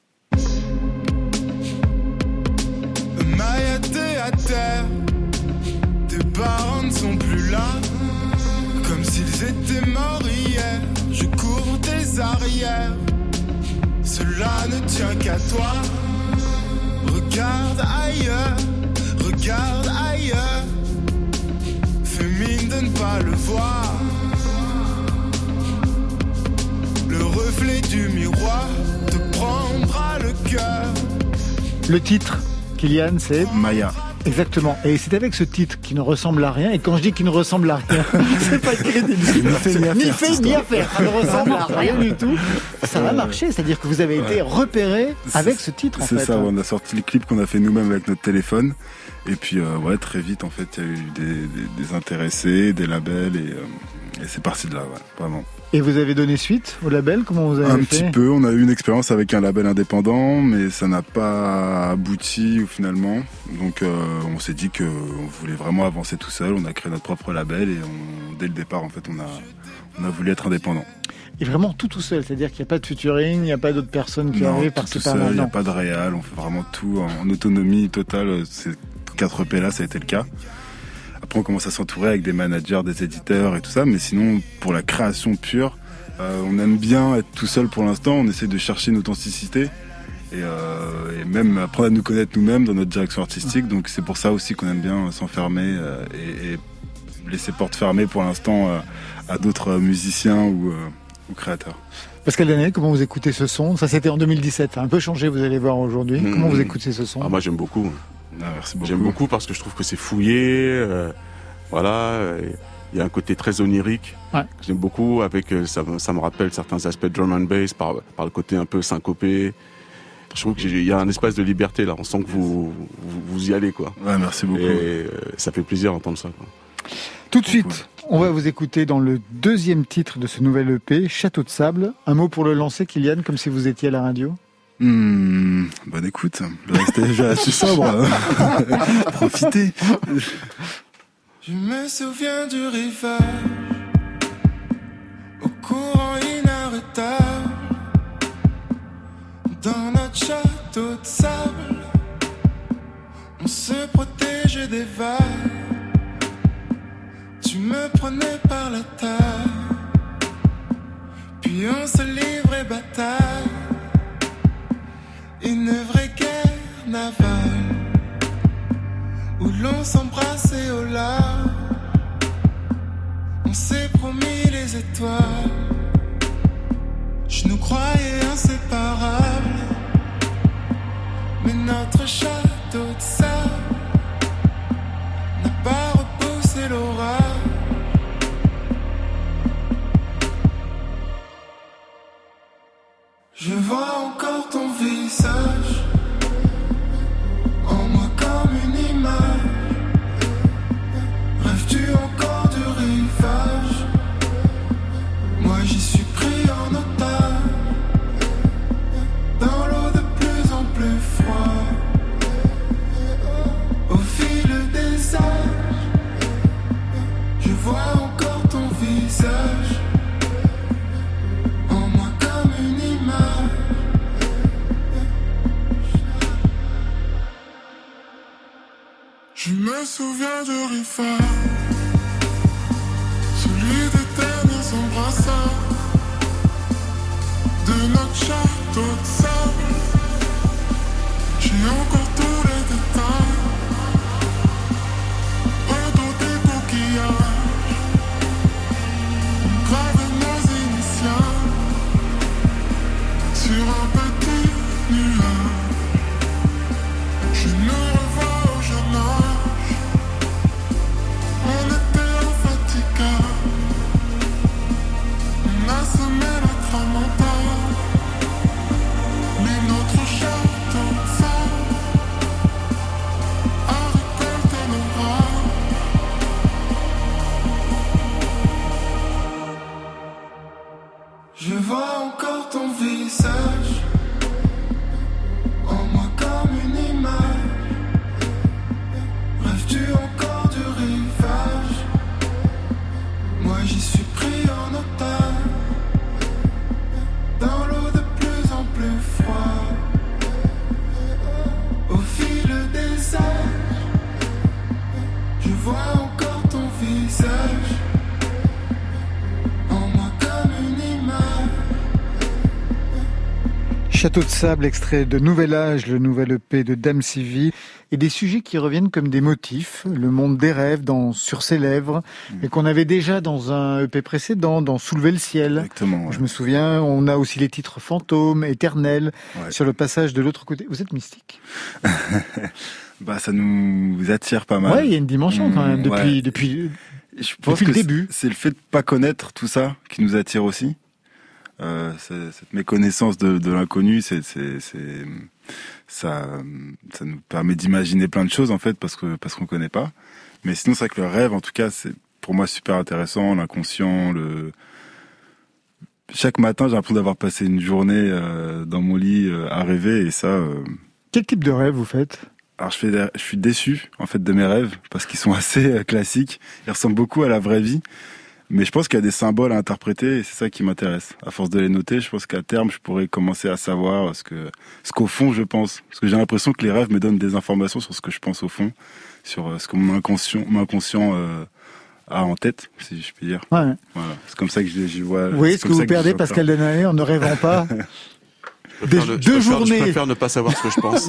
Maya, t'es à terre, tes parents ne sont plus là, comme s'ils étaient morts hier, je cours tes arrières, cela ne tient qu'à toi, regarde ailleurs, fais mine de ne pas le voir. Le reflet du miroir te prendra le cœur. Le titre, Kylian, c'est Maya. Exactement. Et c'est avec ce titre qui ne ressemble à rien. Et quand je dis qu'il ne ressemble à rien, c'est pas crédible. Ni fait ni à faire. Ça ne ressemble à rien du tout. Ça a marché. C'est-à-dire que vous avez été repéré avec ce titre, en fait. C'est ça. On a sorti le clip qu'on a fait nous-mêmes avec notre téléphone. Et puis, très vite, en fait, il y a eu des intéressés, des labels, et c'est parti de là, ouais, vraiment. Et vous avez donné suite au label ? Comment vous avez fait ? Un petit peu. On a eu une expérience avec un label indépendant, mais ça n'a pas abouti finalement. Donc, on s'est dit qu'on voulait vraiment avancer tout seul. On a créé notre propre label et dès le départ, en fait, on a voulu être indépendant. Et vraiment tout seul, c'est-à-dire qu'il n'y a pas de featuring, il n'y a pas d'autres personnes qui arrivent par-ci par-là. Il n'y a pas de réal, on fait vraiment tout en autonomie totale. Ces 4 EP là, ça a été le cas. Après, on commence à s'entourer avec des managers, des éditeurs et tout ça, mais sinon, pour la création pure, on aime bien être tout seul pour l'instant. On essaie de chercher une authenticité et même apprendre à nous connaître nous-mêmes dans notre direction artistique. Donc c'est pour ça aussi qu'on aime bien s'enfermer et laisser porte fermée pour l'instant à d'autres musiciens ou créateurs. Pascal Danaé, comment vous écoutez ce son ? Ça, c'était en 2017. Ça a un peu changé, vous allez voir aujourd'hui. Comment vous écoutez ce son ? Moi, j'aime beaucoup. Ah, merci beaucoup. J'aime beaucoup parce que je trouve que c'est fouillé, voilà. Il y a un côté très onirique, que j'aime beaucoup, avec ça me rappelle certains aspects de drum and bass par le côté un peu syncopé. Je trouve qu'il y a un espace de liberté là, on sent que vous y allez quoi. Ouais, merci beaucoup. Et ça fait plaisir d'entendre ça, quoi. Tout de suite, on va vous écouter dans le deuxième titre de ce nouvel EP, Château de Sable. Un mot pour le lancer, Kylian, comme si vous étiez à la radio. Bonne écoute. Je suis sobre. Profitez. Je me souviens du rivage, au courant inarrêtable, dans notre château de sable, on se protégeait des vagues. Tu me prenais par la taille, puis on se livrait bataille. Une vraie guerre navale, où l'on s'embrassait au large. On s'est promis les étoiles, je nous croyais inséparables. Mais notre château de sable n'a pas repoussé l'orage. Je vois encore ton visage en moi comme une image. Rêves-tu encore du rivage? Moi j'y suis pris en otage, dans l'eau de plus en plus froide. Au fil des âges, je vois encore ton visage. Je me souviens du rivage, celui des derniers embrassades, de notre château de sable. J'ai encore tous les détails, autour des coquillages, gravé nos initiales sur un petit nuage. Je nous revois au jeune âge, on était infatigables, on a semé notre âme mentale, mais notre château de sable a récolté nos bras. Je vois encore ton visage en moi comme une image. Rêves-tu encore du rivage? Moi j'y suis pris en otage, dans l'eau de plus en plus froide. Au fil des âges, je vois encore ton visage en moi comme une image. Château de Sable, extrait de Nouvel Âge, le nouvel EP de Dame Sivy, et des sujets qui reviennent comme des motifs, le monde des rêves Sur ses lèvres, et qu'on avait déjà dans un EP précédent, dans Soulever le ciel. Exactement. Ouais. Je me souviens, on a aussi les titres Fantômes, Éternel, sur le passage de l'autre côté. Vous êtes mystique? Bah, ça nous attire pas mal. Ouais, il y a une dimension quand même, depuis je pense le que début. C'est le fait de pas connaître tout ça qui nous attire aussi. Cette méconnaissance de l'inconnu, ça nous permet d'imaginer plein de choses en fait parce qu'on connaît pas. Mais sinon c'est vrai que le rêve, en tout cas, c'est pour moi super intéressant, l'inconscient, chaque matin j'ai l'impression d'avoir passé une journée dans mon lit à rêver et ça. Quel type de rêve vous faites? Alors je suis déçu en fait de mes rêves parce qu'ils sont assez classiques. Ils ressemblent beaucoup à la vraie vie. Mais je pense qu'il y a des symboles à interpréter et c'est ça qui m'intéresse. À force de les noter, je pense qu'à terme, je pourrais commencer à savoir ce qu'au fond je pense. Parce que j'ai l'impression que les rêves me donnent des informations sur ce que je pense au fond, sur ce que mon inconscient a en tête, si je puis dire. Ouais. Voilà. C'est comme ça que j'y vois. Vous voyez ce que vous perdez, Pascal Denay, en ne rêvant pas. Je préfère ne pas savoir ce que je pense.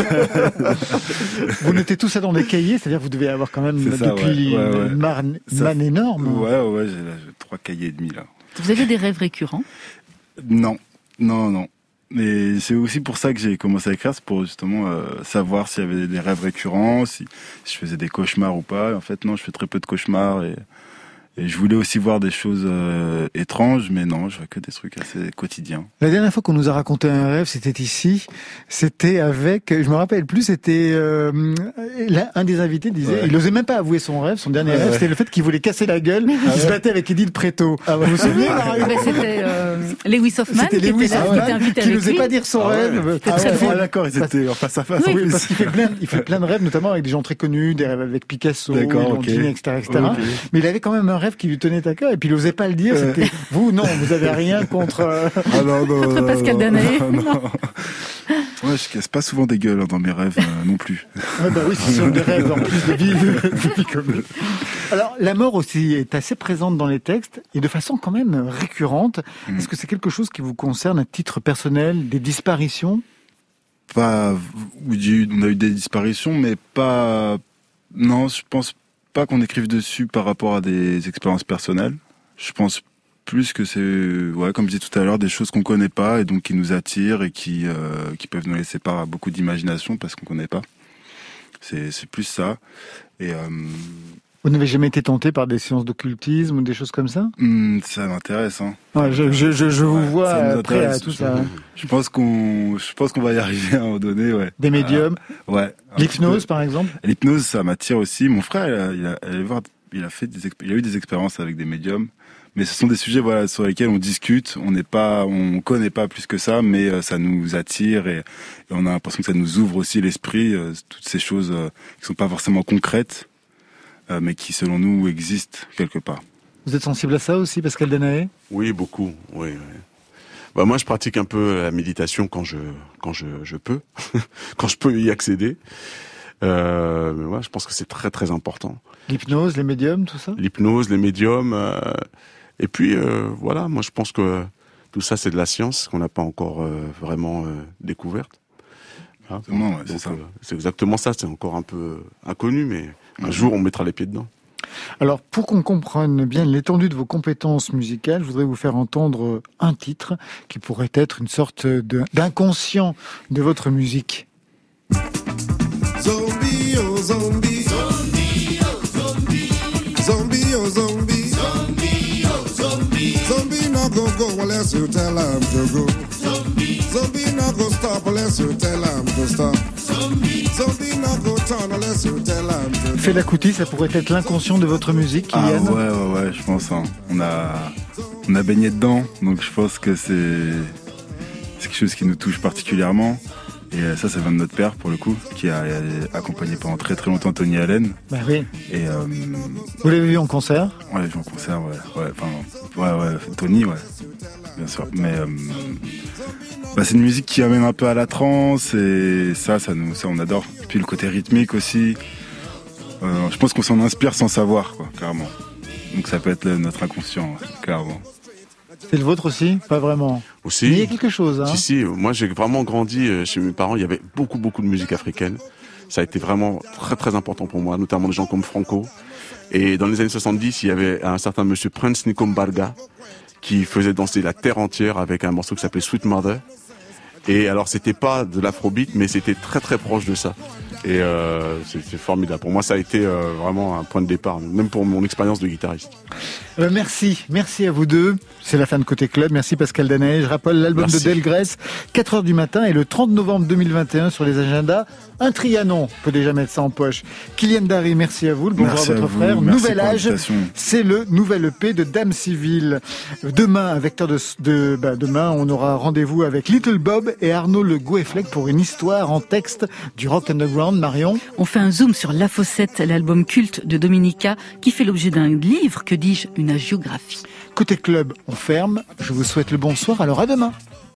Vous notez tout ça dans des cahiers, c'est-à-dire que vous devez avoir quand même une manne énorme. Ouais, j'ai 3 cahiers et demi là. Vous avez des rêves récurrents? Non. Mais c'est aussi pour ça que j'ai commencé à écrire, c'est pour justement savoir s'il y avait des rêves récurrents, si je faisais des cauchemars ou pas. En fait, non, je fais très peu de cauchemars et Et je voulais aussi voir des choses étranges, mais non, je vois que des trucs assez quotidiens. La dernière fois qu'on nous a raconté un rêve, c'était ici. C'était avec, je me rappelle plus, c'était un des invités disait, il n'osait même pas avouer son rêve. Son dernier rêve, c'était le fait qu'il voulait casser la gueule. Il se battait avec Edith Préto. Vous vous souvenez, c'était Lewis Hoffman qui était invité qui n'osait pas dire son rêve. D'accord, ils étaient en face à face. Oui, parce qu'il fait plein de rêves, notamment avec des gens très connus, des rêves avec Picasso, Landini, etc. Mais il avait quand même un rêve qui lui tenait à cœur et puis il n'osait pas le dire. C'était vous, non, vous avez rien contre contre Pascal Danaé. Ouais, je casse pas souvent des gueules dans mes rêves non plus. Ah bah oui, ce sont des rêves en plus de vie commune. Alors la mort aussi est assez présente dans les textes et de façon quand même récurrente. Est-ce que c'est quelque chose qui vous concerne à titre personnel, des disparitions? Pas, on a eu des disparitions, mais pas. Non, je pense pas qu'on écrive dessus par rapport à des expériences personnelles. Je pense plus que c'est, comme je disais tout à l'heure, des choses qu'on connaît pas et donc qui nous attirent et qui peuvent nous laisser part à beaucoup d'imagination parce qu'on connaît pas. C'est plus ça. Et vous n'avez jamais été tenté par des séances d'occultisme ou des choses comme ça? Ça m'intéresse, hein. Ouais, je vous vois après à tout ça. Je pense qu'on va y arriver à un moment donné, ouais. Des médiums? Ouais. L'hypnose, par exemple? L'hypnose, ça m'attire aussi. Mon frère, il a eu des expériences avec des médiums. Mais ce sont des sujets, sur lesquels on discute. On connaît pas plus que ça, mais ça nous attire et on a l'impression que ça nous ouvre aussi l'esprit. Toutes ces choses qui sont pas forcément concrètes, mais qui, selon nous, existent quelque part. Vous êtes sensible à ça aussi, Pascal Danaé? Oui, beaucoup. Oui. Bah, moi, je pratique un peu la méditation quand je peux, quand je peux y accéder. Mais ouais, je pense que c'est très très important. L'hypnose, les médiums, tout ça? L'hypnose, les médiums. Et puis, moi, je pense que tout ça, c'est de la science qu'on n'a pas encore vraiment découverte. Exactement, c'est ça. C'est exactement ça. C'est encore un peu inconnu, mais un jour, on mettra les pieds dedans. Alors, pour qu'on comprenne bien l'étendue de vos compétences musicales, je voudrais vous faire entendre un titre qui pourrait être une sorte d'inconscient de votre musique. Zombie, oh zombie, zombie, oh zombie, zombie, oh zombie, zombie, oh zombie, zombie no go unless you tell him to go. Zombie no go stop unless you tell him to stop. Zombie no go turn unless you tell him to go. Fela Kuti, ça pourrait être l'inconscient de votre musique, Kylian? Ouais, je pense. Hein. On a baigné dedans, donc je pense que c'est quelque chose qui nous touche particulièrement. Et ça vient de notre père, pour le coup, qui a accompagné pendant très très longtemps Tony Allen. Bah oui. Et vous l'avez vu en concert? Ouais, vu en concert, ouais. Tony, ouais, bien sûr. Mais c'est une musique qui amène un peu à la trance et ça on adore. Et puis le côté rythmique aussi. Je pense qu'on s'en inspire sans savoir, quoi, clairement. Donc ça peut être notre inconscient, ouais, clairement. C'est le vôtre aussi? Pas vraiment. Aussi. Mais il y a quelque chose, hein. Si. Moi, j'ai vraiment grandi chez mes parents. Il y avait beaucoup de musique africaine. Ça a été vraiment très, très important pour moi, notamment des gens comme Franco. Et dans les années 70, il y avait un certain monsieur Prince Nikombarga qui faisait danser la terre entière avec un morceau qui s'appelait Sweet Mother. Et alors, c'était pas de l'afrobeat, mais c'était très, très proche de ça. Et c'est formidable. Pour moi, ça a été vraiment un point de départ, même pour mon expérience de guitariste. Merci à vous deux. C'est la fin de Côté Club. Merci Pascal Danaé. Je rappelle l'album de Delgrès, 4h du matin, et le 30 novembre 2021 sur les agendas. Un Trianon, on peut déjà mettre ça en poche. Kylian Dari, merci à vous. Le bonjour à votre frère. Nouvel Âge, c'est le nouvel EP de Dame Civile. Demain, à Vecteur demain, on aura rendez-vous avec Little Bob et Arnaud Le Goueflec pour une histoire en texte du rock underground. Marion? On fait un zoom sur La Fossette, l'album culte de Dominica, qui fait l'objet d'un livre, que dis-je, une hagiographie. Côté Club, on ferme. Je vous souhaite le bonsoir, alors à demain.